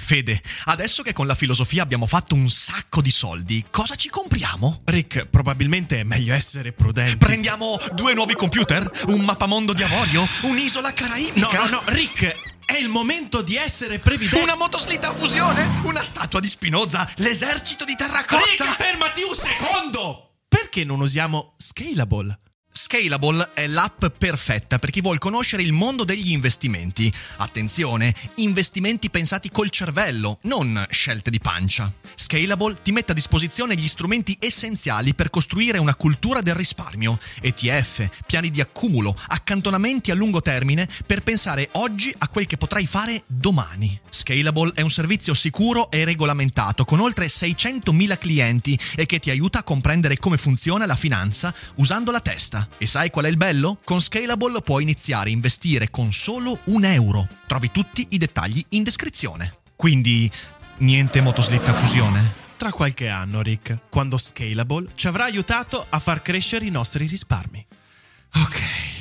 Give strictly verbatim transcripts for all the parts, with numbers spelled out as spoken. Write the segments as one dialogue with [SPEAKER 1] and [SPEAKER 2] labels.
[SPEAKER 1] Fede, adesso che con la filosofia abbiamo fatto un sacco di soldi, cosa ci compriamo?
[SPEAKER 2] Rick, probabilmente è meglio essere prudenti.
[SPEAKER 1] Prendiamo due nuovi computer? Un mappamondo di avorio? Un'isola caraibica?
[SPEAKER 2] No, no, no, Rick, è il momento di essere previdenti.
[SPEAKER 1] Una motoslitta a fusione? Una statua di Spinoza? L'esercito di terracotta?
[SPEAKER 2] Rick, fermati un secondo! Perché non usiamo Scalable?
[SPEAKER 1] Scalable è l'app perfetta per chi vuol conoscere il mondo degli investimenti. Attenzione, investimenti pensati col cervello, non scelte di pancia. Scalable ti mette a disposizione gli strumenti essenziali per costruire una cultura del risparmio, E T F, piani di accumulo, accantonamenti a lungo termine per pensare oggi a quel che potrai fare domani. Scalable è un servizio sicuro e regolamentato con oltre seicentomila clienti e che ti aiuta a comprendere come funziona la finanza usando la testa. E sai qual è il bello? Con Scalable puoi iniziare a investire con solo un euro. Trovi tutti i dettagli in descrizione. Quindi, niente motoslitta a fusione?
[SPEAKER 2] Tra qualche anno, Rick, quando Scalable ci avrà aiutato a far crescere i nostri risparmi.
[SPEAKER 1] Ok.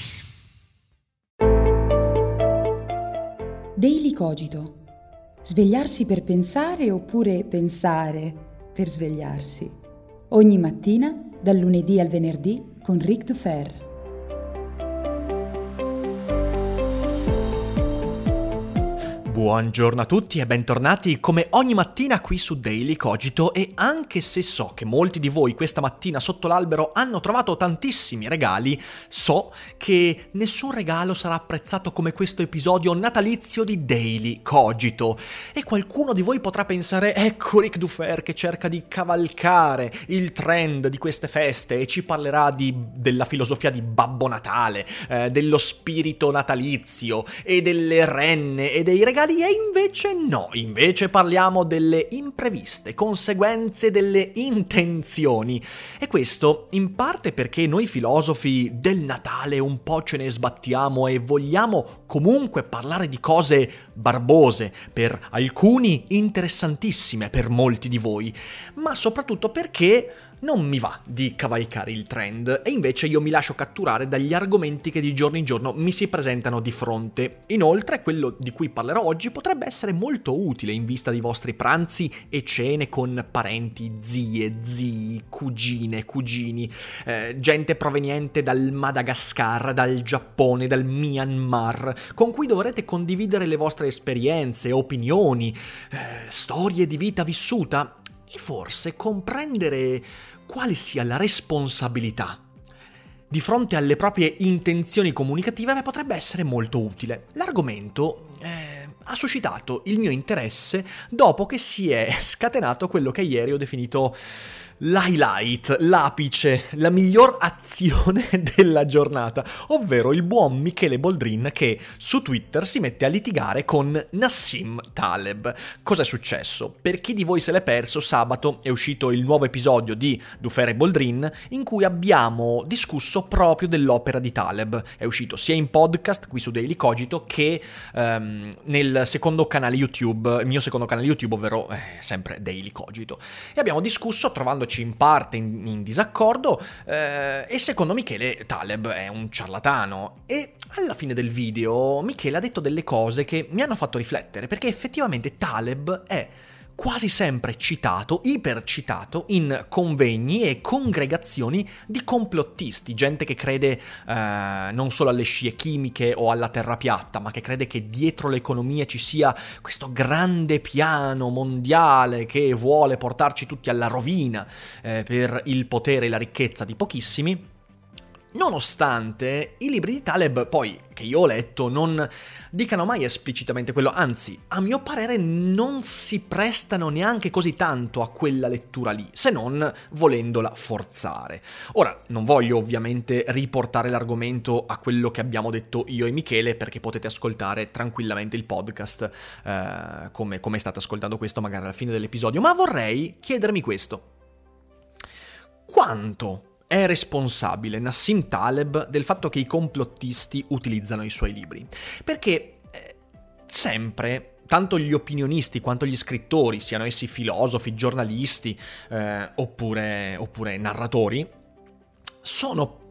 [SPEAKER 3] Daily Cogito. Svegliarsi per pensare oppure pensare per svegliarsi. Ogni mattina, dal lunedì al venerdì, con Rick Dufer.
[SPEAKER 4] Buongiorno a tutti e bentornati come ogni mattina qui su Daily Cogito, e anche se so che molti di voi questa mattina sotto l'albero hanno trovato tantissimi regali, so che nessun regalo sarà apprezzato come questo episodio natalizio di Daily Cogito. E qualcuno di voi potrà pensare: ecco Rick Dufer che cerca di cavalcare il trend di queste feste e ci parlerà di, della filosofia di Babbo Natale, eh, dello spirito natalizio e delle renne e dei regali. E invece no, invece parliamo delle impreviste conseguenze delle intenzioni. E questo in parte perché noi filosofi del Natale un po' ce ne sbattiamo e vogliamo comunque parlare di cose barbose, per alcuni interessantissime per molti di voi, ma soprattutto perché non mi va di cavalcare il trend e invece io mi lascio catturare dagli argomenti che di giorno in giorno mi si presentano di fronte. Inoltre, quello di cui parlerò oggi potrebbe essere molto utile in vista dei vostri pranzi e cene con parenti, zie, zii, cugine, cugini, eh, gente proveniente dal Madagascar, dal Giappone, dal Myanmar, con cui dovrete condividere le vostre esperienze, opinioni, eh, storie di vita vissuta e forse comprendere quale sia la responsabilità di fronte alle proprie intenzioni comunicative. Beh, potrebbe essere molto utile. L'argomento eh, ha suscitato il mio interesse dopo che si è scatenato quello che ieri ho definito l'highlight, l'apice, la miglior azione della giornata, ovvero il buon Michele Boldrin che su Twitter si mette a litigare con Nassim Taleb. Cosa è successo? Per chi di voi se l'è perso, sabato è uscito il nuovo episodio di Dufer e Boldrin in cui abbiamo discusso proprio dell'opera di Taleb. È uscito sia in podcast qui su Daily Cogito che um, nel secondo canale YouTube, il mio secondo canale YouTube, ovvero eh, sempre Daily Cogito. E abbiamo discusso trovandoci in parte in, in disaccordo eh, e secondo Michele Taleb è un ciarlatano. E alla fine del video Michele ha detto delle cose che mi hanno fatto riflettere, perché effettivamente Taleb è quasi sempre citato, ipercitato in convegni e congregazioni di complottisti, gente che crede eh, non solo alle scie chimiche o alla terra piatta, ma che crede che dietro l'economia ci sia questo grande piano mondiale che vuole portarci tutti alla rovina eh, per il potere e la ricchezza di pochissimi. Nonostante i libri di Taleb, poi, che io ho letto, non dicano mai esplicitamente quello, anzi, a mio parere non si prestano neanche così tanto a quella lettura lì, se non volendola forzare. Ora, non voglio ovviamente riportare l'argomento a quello che abbiamo detto io e Michele, perché potete ascoltare tranquillamente il podcast, eh, come, come state ascoltando questo magari alla fine dell'episodio, ma vorrei chiedermi questo. Quanto è responsabile Nassim Taleb del fatto che i complottisti utilizzano i suoi libri? Perché eh, sempre, tanto gli opinionisti quanto gli scrittori, siano essi filosofi, giornalisti eh, oppure, oppure narratori, sono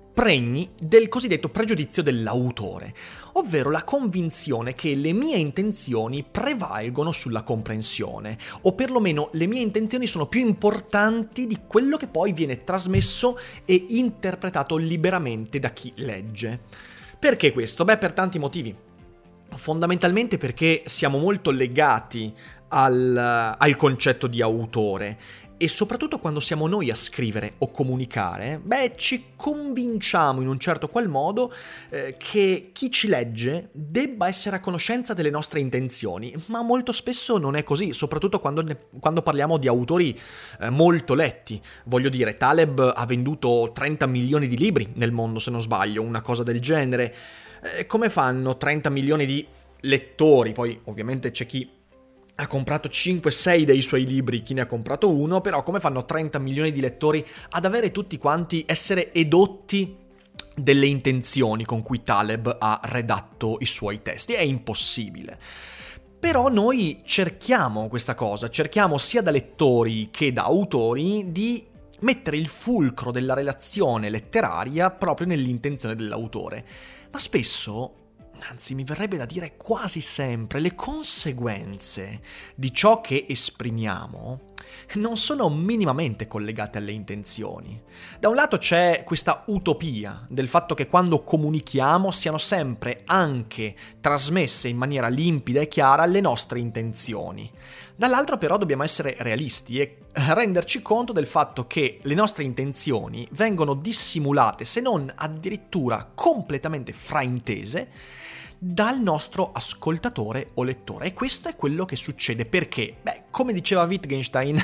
[SPEAKER 4] pregni del cosiddetto pregiudizio dell'autore, ovvero la convinzione che le mie intenzioni prevalgono sulla comprensione, o perlomeno le mie intenzioni sono più importanti di quello che poi viene trasmesso e interpretato liberamente da chi legge. Perché questo? Beh, per tanti motivi. Fondamentalmente perché siamo molto legati al, al concetto di autore, e soprattutto quando siamo noi a scrivere o comunicare, beh, ci convinciamo in un certo qual modo eh, che chi ci legge debba essere a conoscenza delle nostre intenzioni, ma molto spesso non è così, soprattutto quando, ne, quando parliamo di autori eh, molto letti. Voglio dire, Taleb ha venduto trenta milioni di libri nel mondo, se non sbaglio, una cosa del genere. Eh, come fanno trenta milioni di lettori? Poi ovviamente c'è chi ha comprato cinque sei dei suoi libri, chi ne ha comprato uno, però come fanno trenta milioni di lettori ad avere tutti quanti, essere edotti delle intenzioni con cui Taleb ha redatto i suoi testi? È impossibile. Però noi cerchiamo questa cosa, cerchiamo sia da lettori che da autori di mettere il fulcro della relazione letteraria proprio nell'intenzione dell'autore. Ma spesso, anzi mi verrebbe da dire quasi sempre, le conseguenze di ciò che esprimiamo non sono minimamente collegate alle intenzioni. Da un lato c'è questa utopia del fatto che quando comunichiamo siano sempre anche trasmesse in maniera limpida e chiara le nostre intenzioni. Dall'altro però dobbiamo essere realisti e renderci conto del fatto che le nostre intenzioni vengono dissimulate, se non addirittura completamente fraintese, dal nostro ascoltatore o lettore. E questo è quello che succede perché, beh, come diceva Wittgenstein,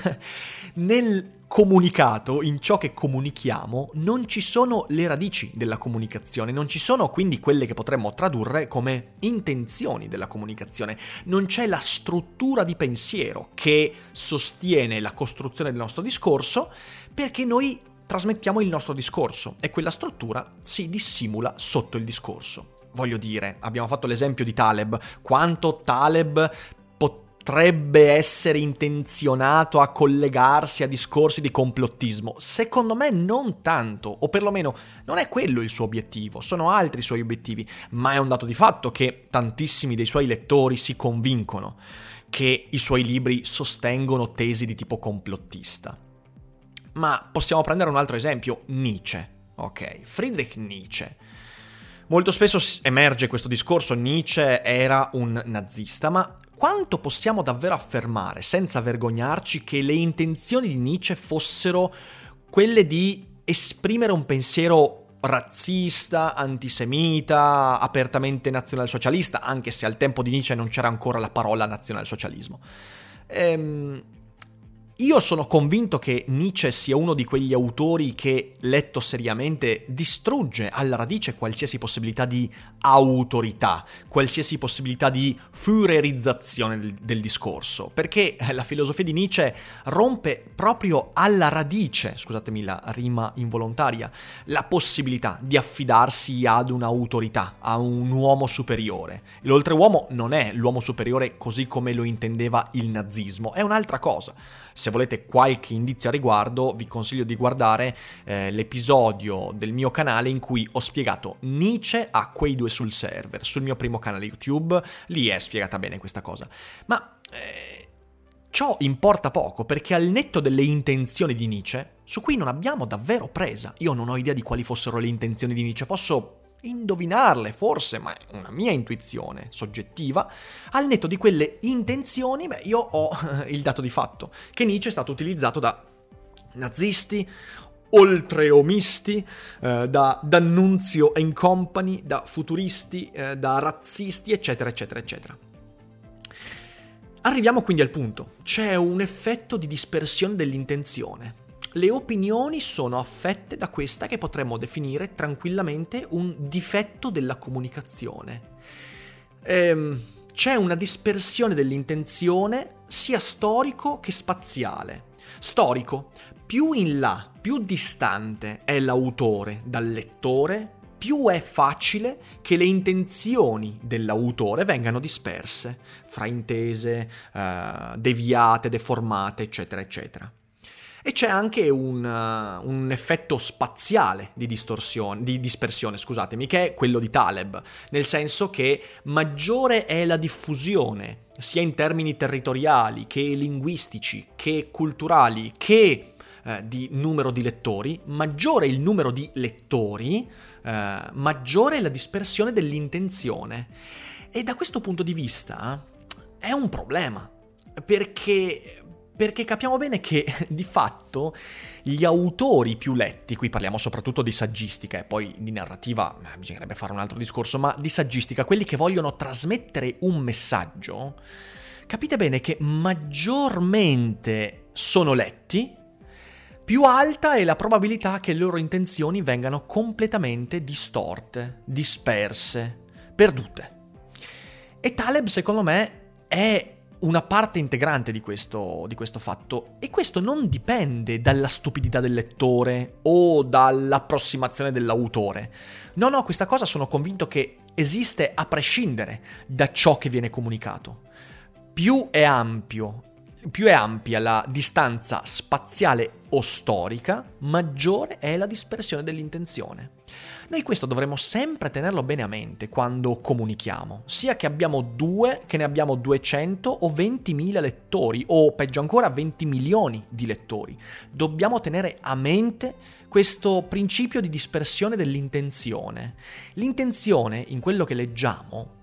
[SPEAKER 4] nel comunicato, in ciò che comunichiamo, non ci sono le radici della comunicazione, non ci sono quindi quelle che potremmo tradurre come intenzioni della comunicazione, non c'è la struttura di pensiero che sostiene la costruzione del nostro discorso, perché noi trasmettiamo il nostro discorso e quella struttura si dissimula sotto il discorso. Voglio dire, abbiamo fatto l'esempio di Taleb, quanto Taleb potrebbe essere intenzionato a collegarsi a discorsi di complottismo. Secondo me non tanto, o perlomeno non è quello il suo obiettivo, sono altri i suoi obiettivi, ma è un dato di fatto che tantissimi dei suoi lettori si convincono che i suoi libri sostengono tesi di tipo complottista. Ma possiamo prendere un altro esempio, Nietzsche. Ok, Friedrich Nietzsche. Molto spesso emerge questo discorso, Nietzsche era un nazista, ma quanto possiamo davvero affermare, senza vergognarci, che le intenzioni di Nietzsche fossero quelle di esprimere un pensiero razzista, antisemita, apertamente nazionalsocialista, anche se al tempo di Nietzsche non c'era ancora la parola nazionalsocialismo? Ehm... Io sono convinto che Nietzsche sia uno di quegli autori che, letto seriamente, distrugge alla radice qualsiasi possibilità di autorità, qualsiasi possibilità di Führerizzazione del, del discorso, perché la filosofia di Nietzsche rompe proprio alla radice, scusatemi la rima involontaria, la possibilità di affidarsi ad un'autorità, a un uomo superiore. L'oltreuomo non è l'uomo superiore così come lo intendeva il nazismo, è un'altra cosa. Se volete qualche indizio a riguardo, vi consiglio di guardare eh, l'episodio del mio canale in cui ho spiegato Nietzsche a quei due sul server, sul mio primo canale YouTube, lì è spiegata bene questa cosa. Ma eh, ciò importa poco, perché al netto delle intenzioni di Nietzsche, su cui non abbiamo davvero presa, io non ho idea di quali fossero le intenzioni di Nietzsche, posso indovinarle forse, ma è una mia intuizione soggettiva. Al netto di quelle intenzioni, beh, io ho il dato di fatto che Nietzsche è stato utilizzato da nazisti, oltreomisti, eh, da D'Annunzio and Company, da futuristi, eh, da razzisti, eccetera, eccetera, eccetera. Arriviamo quindi al punto. C'è un effetto di dispersione dell'intenzione. Le opinioni sono affette da questa che potremmo definire tranquillamente un difetto della comunicazione. Ehm, c'è una dispersione dell'intenzione sia storico che spaziale. Storico, più in là, più distante è l'autore dal lettore, più è facile che le intenzioni dell'autore vengano disperse, fraintese, eh, deviate, deformate, eccetera, eccetera. E c'è anche un, uh, un effetto spaziale di distorsione, di dispersione, scusatemi, che è quello di Taleb, nel senso che maggiore è la diffusione, sia in termini territoriali, che linguistici, che culturali, che eh, di numero di lettori, maggiore è il numero di lettori, eh, maggiore è la dispersione dell'intenzione. E da questo punto di vista è un problema, perché... Perché capiamo bene che, di fatto, gli autori più letti, qui parliamo soprattutto di saggistica e poi di narrativa, bisognerebbe fare un altro discorso, ma di saggistica, quelli che vogliono trasmettere un messaggio, capite bene che maggiormente sono letti, più alta è la probabilità che le loro intenzioni vengano completamente distorte, disperse, perdute. E Taleb, secondo me, è una parte integrante di questo, di questo fatto, e questo non dipende dalla stupidità del lettore o dall'approssimazione dell'autore. No, no, questa cosa sono convinto che esiste a prescindere da ciò che viene comunicato. Più è ampio, più è ampia la distanza spaziale o storica, maggiore è la dispersione dell'intenzione. Noi questo dovremo sempre tenerlo bene a mente quando comunichiamo, sia che abbiamo due, che ne abbiamo duecento o ventimila lettori, o peggio ancora venti milioni di lettori. Dobbiamo tenere a mente questo principio di dispersione dell'intenzione. L'intenzione, in quello che leggiamo,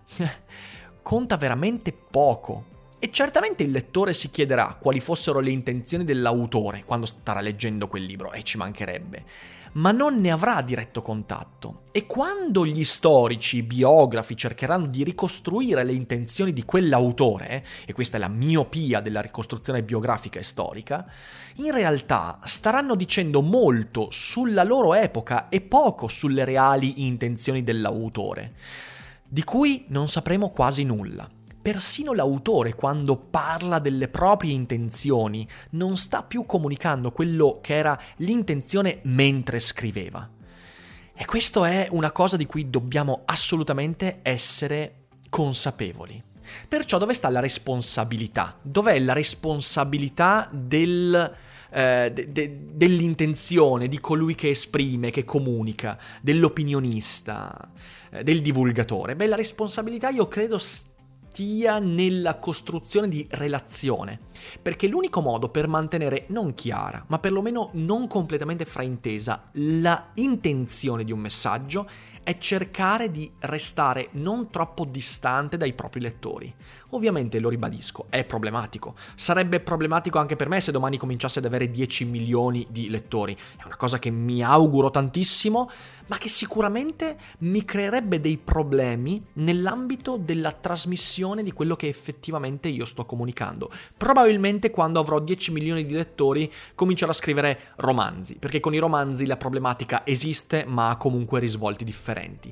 [SPEAKER 4] conta veramente poco. E certamente il lettore si chiederà quali fossero le intenzioni dell'autore quando starà leggendo quel libro, e ci mancherebbe, ma non ne avrà diretto contatto. E quando gli storici, i biografi cercheranno di ricostruire le intenzioni di quell'autore, e questa è la miopia della ricostruzione biografica e storica, in realtà staranno dicendo molto sulla loro epoca e poco sulle reali intenzioni dell'autore, di cui non sapremo quasi nulla. Persino l'autore, quando parla delle proprie intenzioni, non sta più comunicando quello che era l'intenzione mentre scriveva. E questo è una cosa di cui dobbiamo assolutamente essere consapevoli. Perciò dove sta la responsabilità? Dov'è la responsabilità del... Eh, de- de- dell'intenzione, di colui che esprime, che comunica, dell'opinionista, eh, del divulgatore? Beh, la responsabilità io credo st- stia nella costruzione di relazione, perché l'unico modo per mantenere non chiara, ma perlomeno non completamente fraintesa la intenzione di un messaggio è cercare di restare non troppo distante dai propri lettori. Ovviamente, lo ribadisco, è problematico. Sarebbe problematico anche per me se domani cominciasse ad avere dieci milioni di lettori. È una cosa che mi auguro tantissimo, ma che sicuramente mi creerebbe dei problemi nell'ambito della trasmissione di quello che effettivamente io sto comunicando. Probabilmente quando avrò dieci milioni di lettori comincerò a scrivere romanzi, perché con i romanzi la problematica esiste, ma ha comunque risvolti differenti.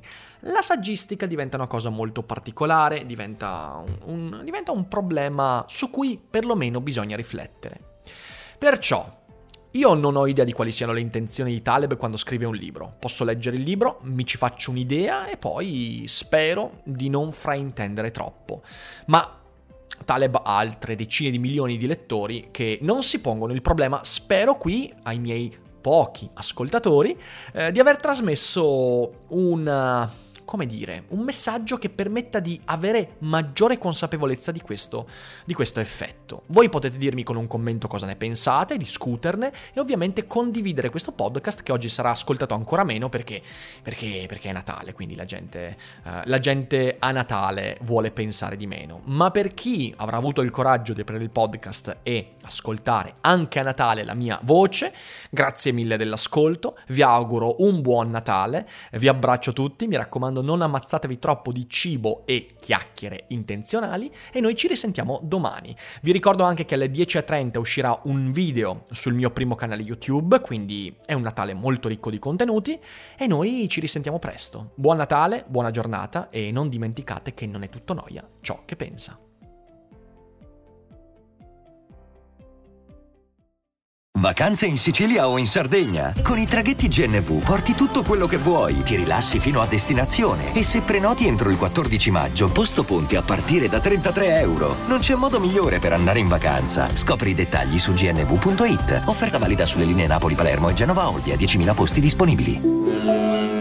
[SPEAKER 4] La saggistica diventa una cosa molto particolare, diventa un, un, diventa un problema su cui perlomeno bisogna riflettere. Perciò, io non ho idea di quali siano le intenzioni di Taleb quando scrive un libro. Posso leggere il libro, mi ci faccio un'idea e poi spero di non fraintendere troppo. Ma Taleb ha altre decine di milioni di lettori che non si pongono il problema, spero qui, ai miei pochi ascoltatori, eh, di aver trasmesso un... come dire, un messaggio che permetta di avere maggiore consapevolezza di questo, di questo effetto. Voi potete dirmi con un commento cosa ne pensate, discuterne e ovviamente condividere questo podcast che oggi sarà ascoltato ancora meno perché, perché, perché è Natale, quindi la gente, uh, la gente a Natale vuole pensare di meno. Ma per chi avrà avuto il coraggio di aprire il podcast e ascoltare anche a Natale la mia voce, grazie mille dell'ascolto, vi auguro un buon Natale, vi abbraccio tutti, mi raccomando non ammazzatevi troppo di cibo e chiacchiere intenzionali e noi ci risentiamo domani. Vi ricordo anche che alle dieci e trenta uscirà un video sul mio primo canale YouTube, quindi è un Natale molto ricco di contenuti e noi ci risentiamo presto. Buon Natale, buona giornata e non dimenticate che non è tutto noia ciò che pensa.
[SPEAKER 5] Vacanze in Sicilia o in Sardegna. Con i traghetti G N V porti tutto quello che vuoi, ti rilassi fino a destinazione e se prenoti entro il quattordici maggio, posto ponti a partire da trentatré euro. Non c'è modo migliore per andare in vacanza. Scopri i dettagli su g n v punto i t. Offerta valida sulle linee Napoli-Palermo e Genova-Olbia, diecimila posti disponibili.